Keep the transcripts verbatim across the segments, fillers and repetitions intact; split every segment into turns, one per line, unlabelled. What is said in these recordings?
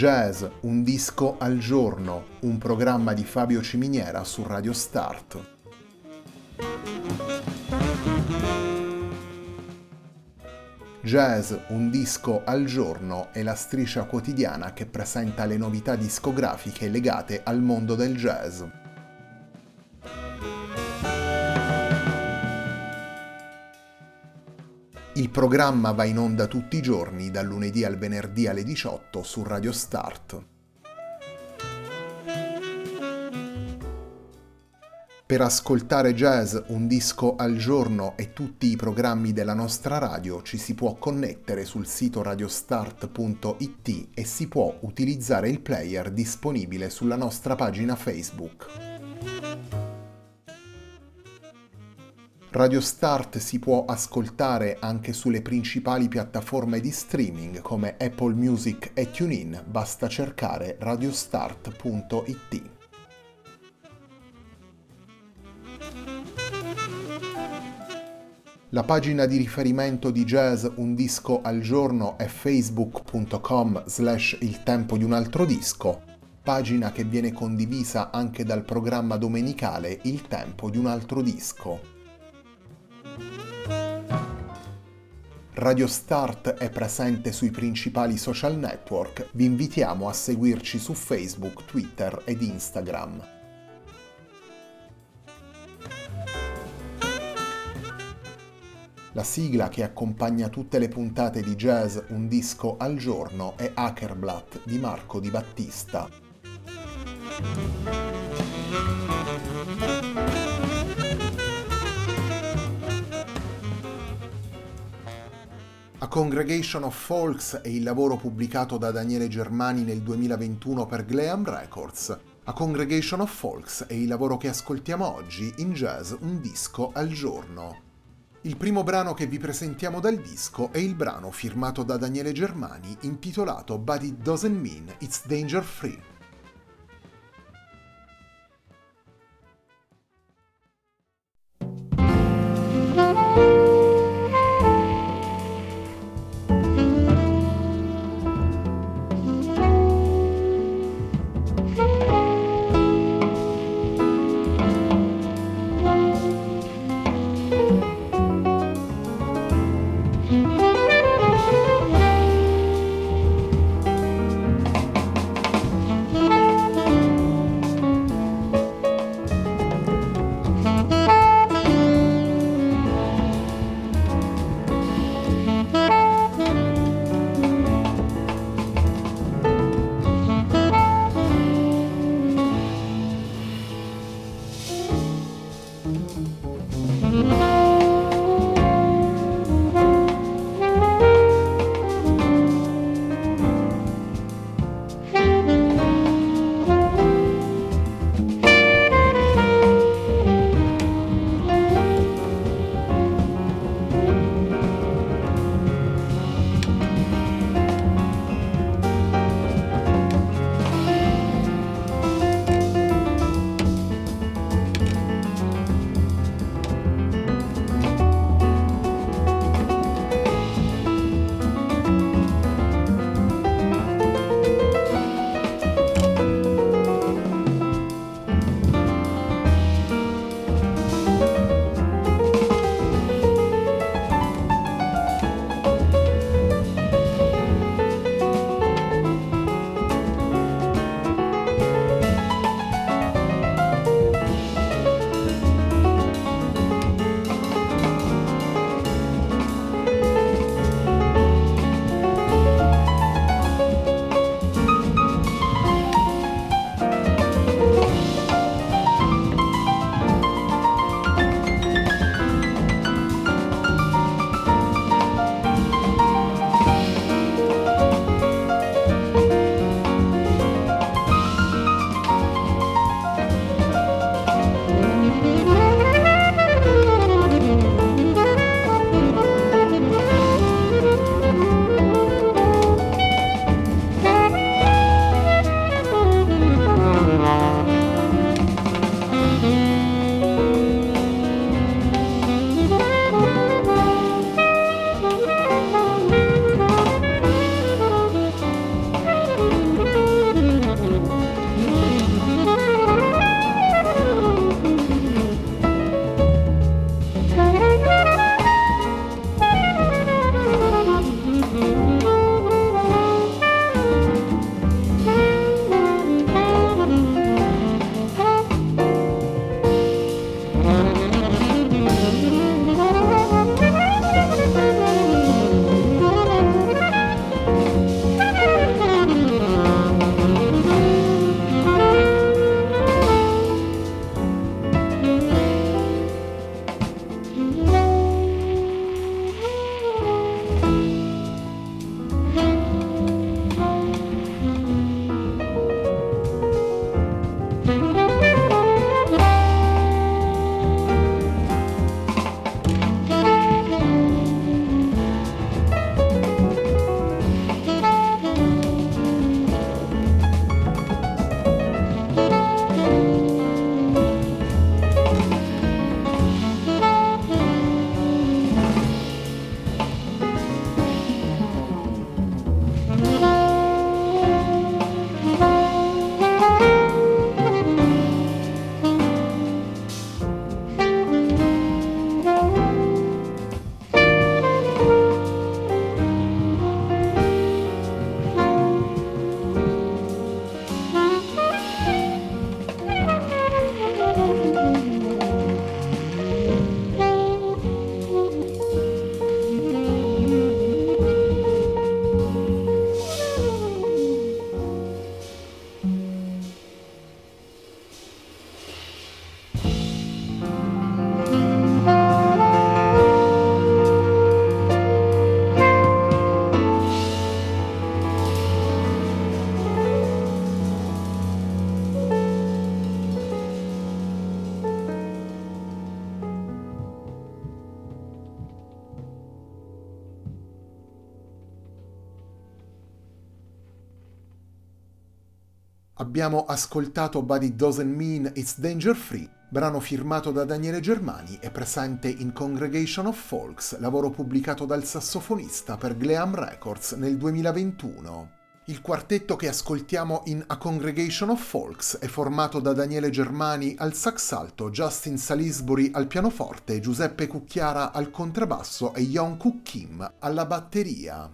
Jazz, un disco al giorno, un programma di Fabio Ciminiera su Radio Start. Jazz, un disco al giorno è la striscia quotidiana che presenta le novità discografiche legate al mondo del jazz. Il programma va in onda tutti i giorni, dal lunedì al venerdì alle diciotto su Radio Start. Per ascoltare Jazz, un disco al giorno e tutti i programmi della nostra radio ci si può connettere sul sito radiostart punto it e si può utilizzare il player disponibile sulla nostra pagina Facebook. Radio Start si può ascoltare anche sulle principali piattaforme di streaming come Apple Music e TuneIn, basta cercare radiostart punto it. La pagina di riferimento di Jazz Un Disco al Giorno è facebook punto com slash il tempo di un altro disco, pagina che viene condivisa anche dal programma domenicale Il tempo di un altro disco. Radio Start è presente sui principali social network, vi invitiamo a seguirci su Facebook, Twitter ed Instagram. La sigla che accompagna tutte le puntate di Jazz Un Disco al Giorno è Hackerblatt di Marco Di Battista. A Congregation of Folks è il lavoro pubblicato da Daniele Germani nel duemilaventuno per Gleam Records. A Congregation of Folks è il lavoro che ascoltiamo oggi in Jazz Un Disco al Giorno. Il primo brano che vi presentiamo dal disco è il brano firmato da Daniele Germani intitolato But It Doesn't Mean It's Danger Free. Abbiamo ascoltato But It Doesn't Mean It's Danger Free, brano firmato da Daniele Germani e presente in Congregation of Folks, lavoro pubblicato dal sassofonista per Gleam Records nel duemilaventuno. Il quartetto che ascoltiamo in A Congregation of Folks è formato da Daniele Germani al sax alto, Justin Salisbury al pianoforte, Giuseppe Cucchiara al contrabbasso e Young-Kook Kim alla batteria.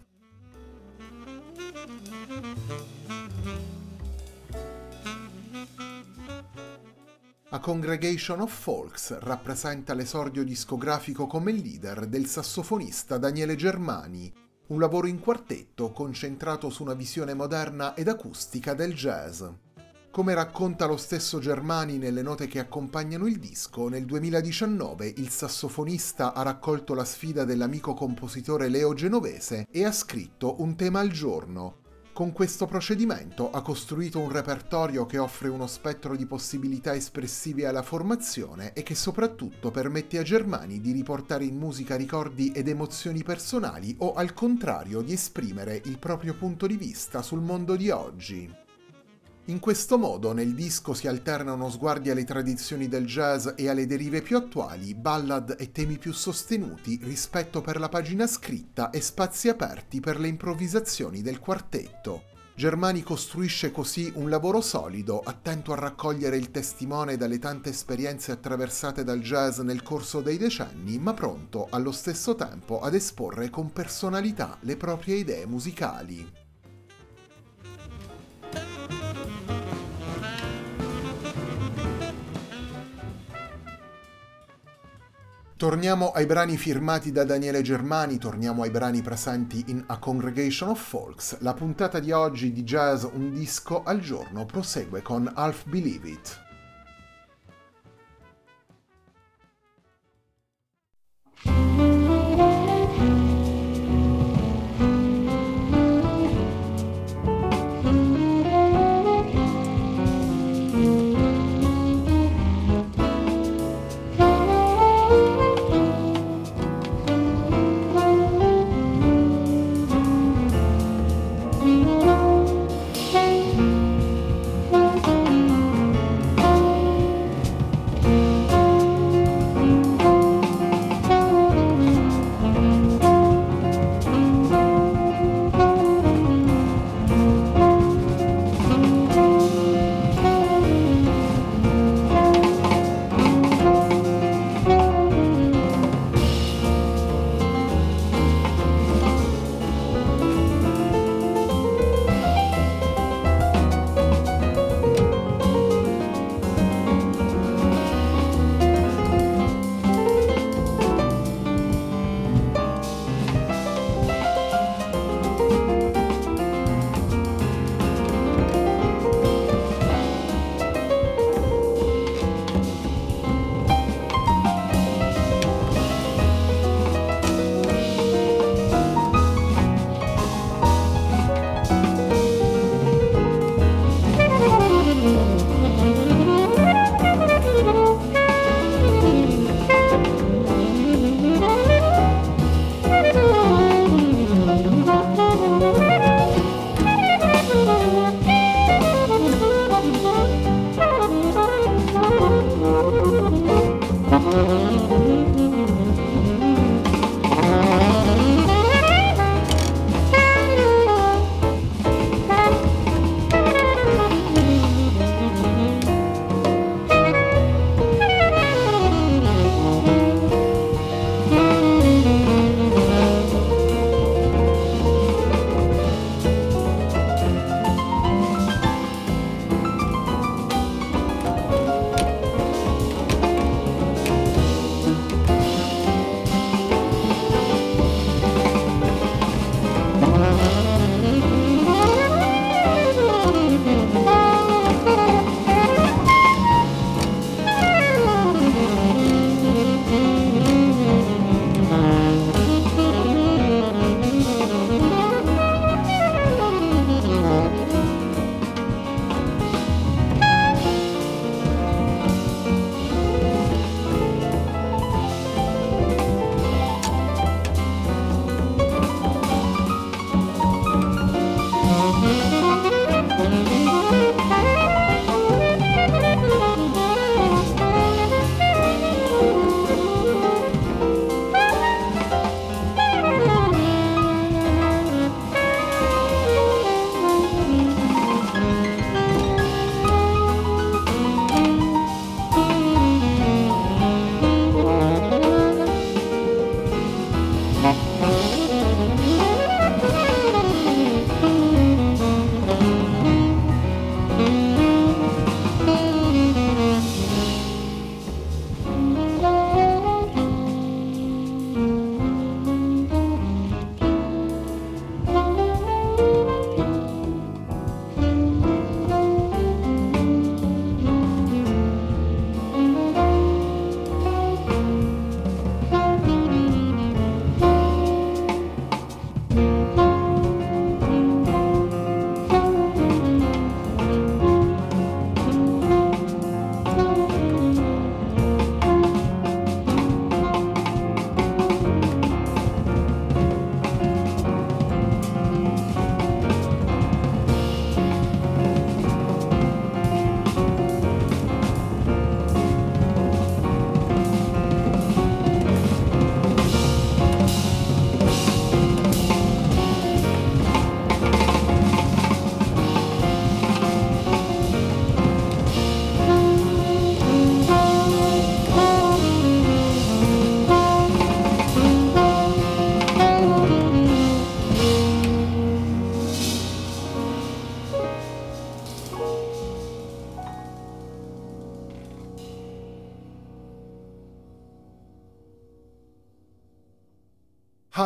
A Congregation of Folks rappresenta l'esordio discografico come leader del sassofonista Daniele Germani, un lavoro in quartetto concentrato su una visione moderna ed acustica del jazz. Come racconta lo stesso Germani nelle note che accompagnano il disco, nel duemiladiciannove il sassofonista ha raccolto la sfida dell'amico compositore Leo Genovese e ha scritto un tema al giorno. Con questo procedimento ha costruito un repertorio che offre uno spettro di possibilità espressive alla formazione e che soprattutto permette a Germani di riportare in musica ricordi ed emozioni personali o al contrario di esprimere il proprio punto di vista sul mondo di oggi. In questo modo nel disco si alternano sguardi alle tradizioni del jazz e alle derive più attuali, ballad e temi più sostenuti, rispetto per la pagina scritta e spazi aperti per le improvvisazioni del quartetto. Germani costruisce così un lavoro solido, attento a raccogliere il testimone dalle tante esperienze attraversate dal jazz nel corso dei decenni, ma pronto allo stesso tempo ad esporre con personalità le proprie idee musicali. Torniamo ai brani firmati da Daniele Germani, torniamo ai brani presenti in A Congregation of Folks. La puntata di oggi di Jazz Un Disco al Giorno prosegue con Half Believe It.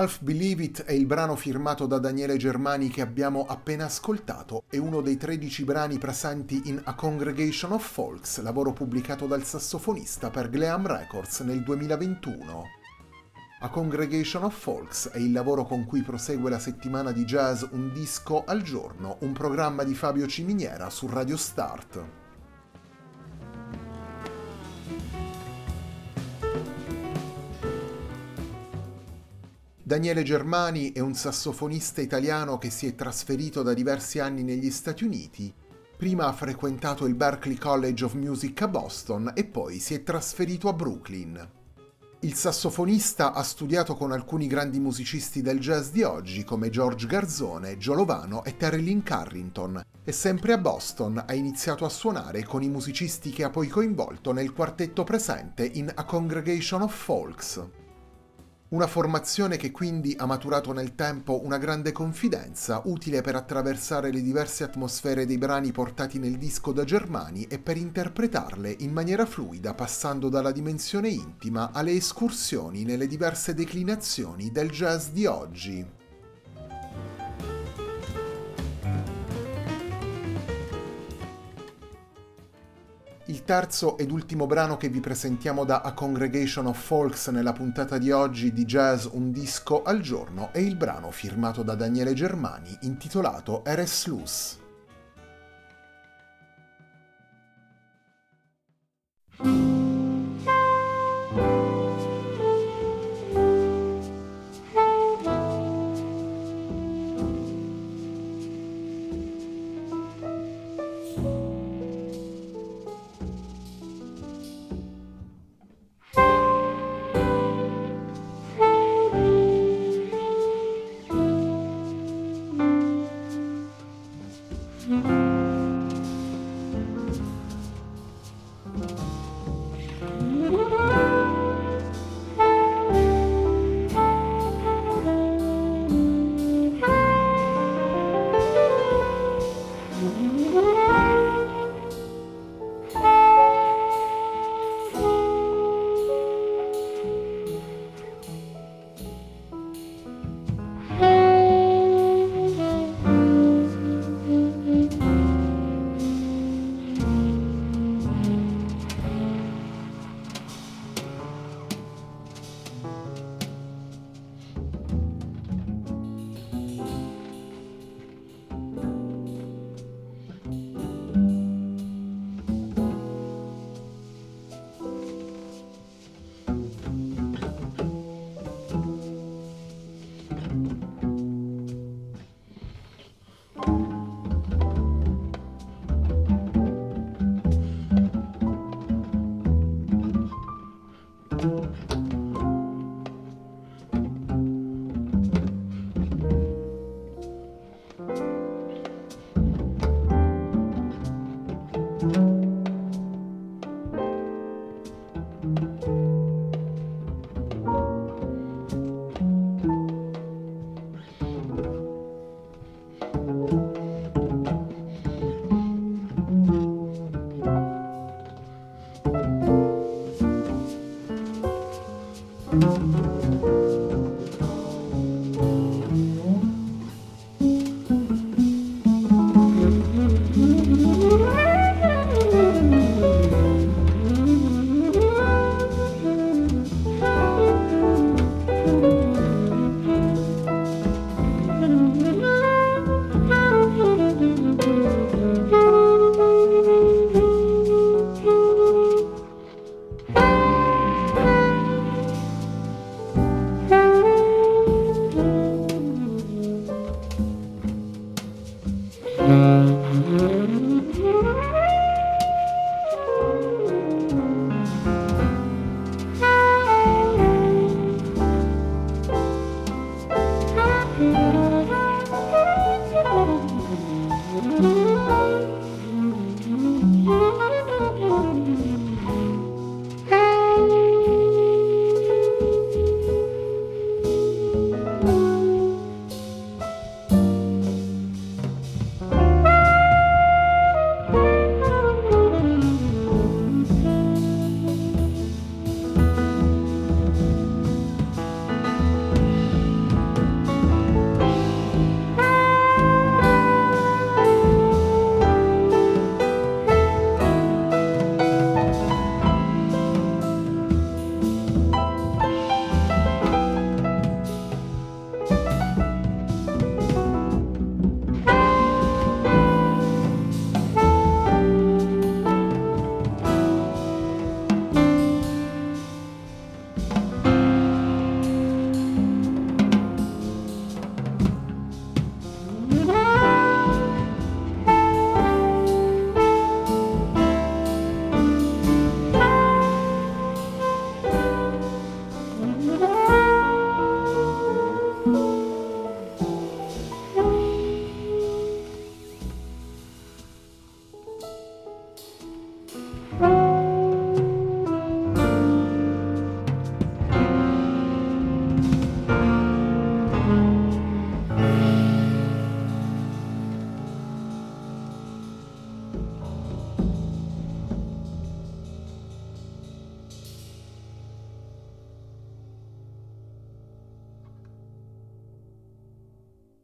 Half Believe It è il brano firmato da Daniele Germani che abbiamo appena ascoltato, è uno dei tredici brani presenti in A Congregation of Folks, lavoro pubblicato dal sassofonista per Gleam Records nel duemilaventuno. A Congregation of Folks è il lavoro con cui prosegue la settimana di jazz Un disco al giorno, un programma di Fabio Ciminiera su Radio Start. Daniele Germani è un sassofonista italiano che si è trasferito da diversi anni negli Stati Uniti. Prima ha frequentato il Berklee College of Music a Boston e poi si è trasferito a Brooklyn. Il sassofonista ha studiato con alcuni grandi musicisti del jazz di oggi come George Garzone, Joe Lovano e Terry Lynn Carrington e sempre a Boston ha iniziato a suonare con i musicisti che ha poi coinvolto nel quartetto presente in A Congregation of Folks. Una formazione che quindi ha maturato nel tempo una grande confidenza, utile per attraversare le diverse atmosfere dei brani portati nel disco da Germani e per interpretarle in maniera fluida, passando dalla dimensione intima alle escursioni nelle diverse declinazioni del jazz di oggi. Il terzo ed ultimo brano che vi presentiamo da A Congregation of Folks nella puntata di oggi di Jazz Un disco al giorno è il brano firmato da Daniele Germani intitolato Eres Luz.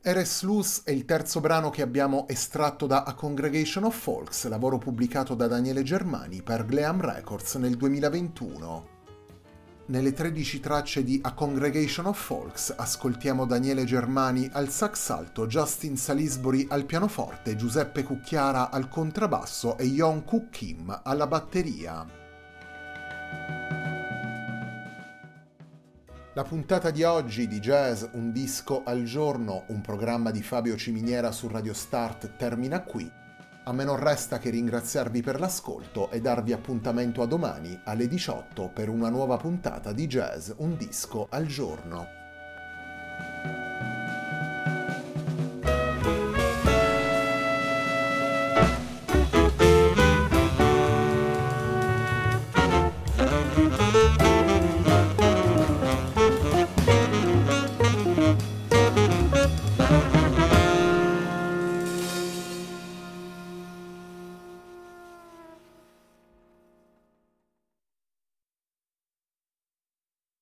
Eres Luz è il terzo brano che abbiamo estratto da A Congregation of Folks, lavoro pubblicato da Daniele Germani per Gleam Records nel duemilaventuno. Nelle tredici tracce di A Congregation of Folks ascoltiamo Daniele Germani al sax alto, Justin Salisbury al pianoforte, Giuseppe Cucchiara al contrabbasso e Yon Kuk Kim alla batteria. La puntata di oggi di Jazz Un disco al giorno, un programma di Fabio Ciminiera su Radio Start, termina qui. A me non resta che ringraziarvi per l'ascolto e darvi appuntamento a domani alle diciotto per una nuova puntata di Jazz Un disco al giorno.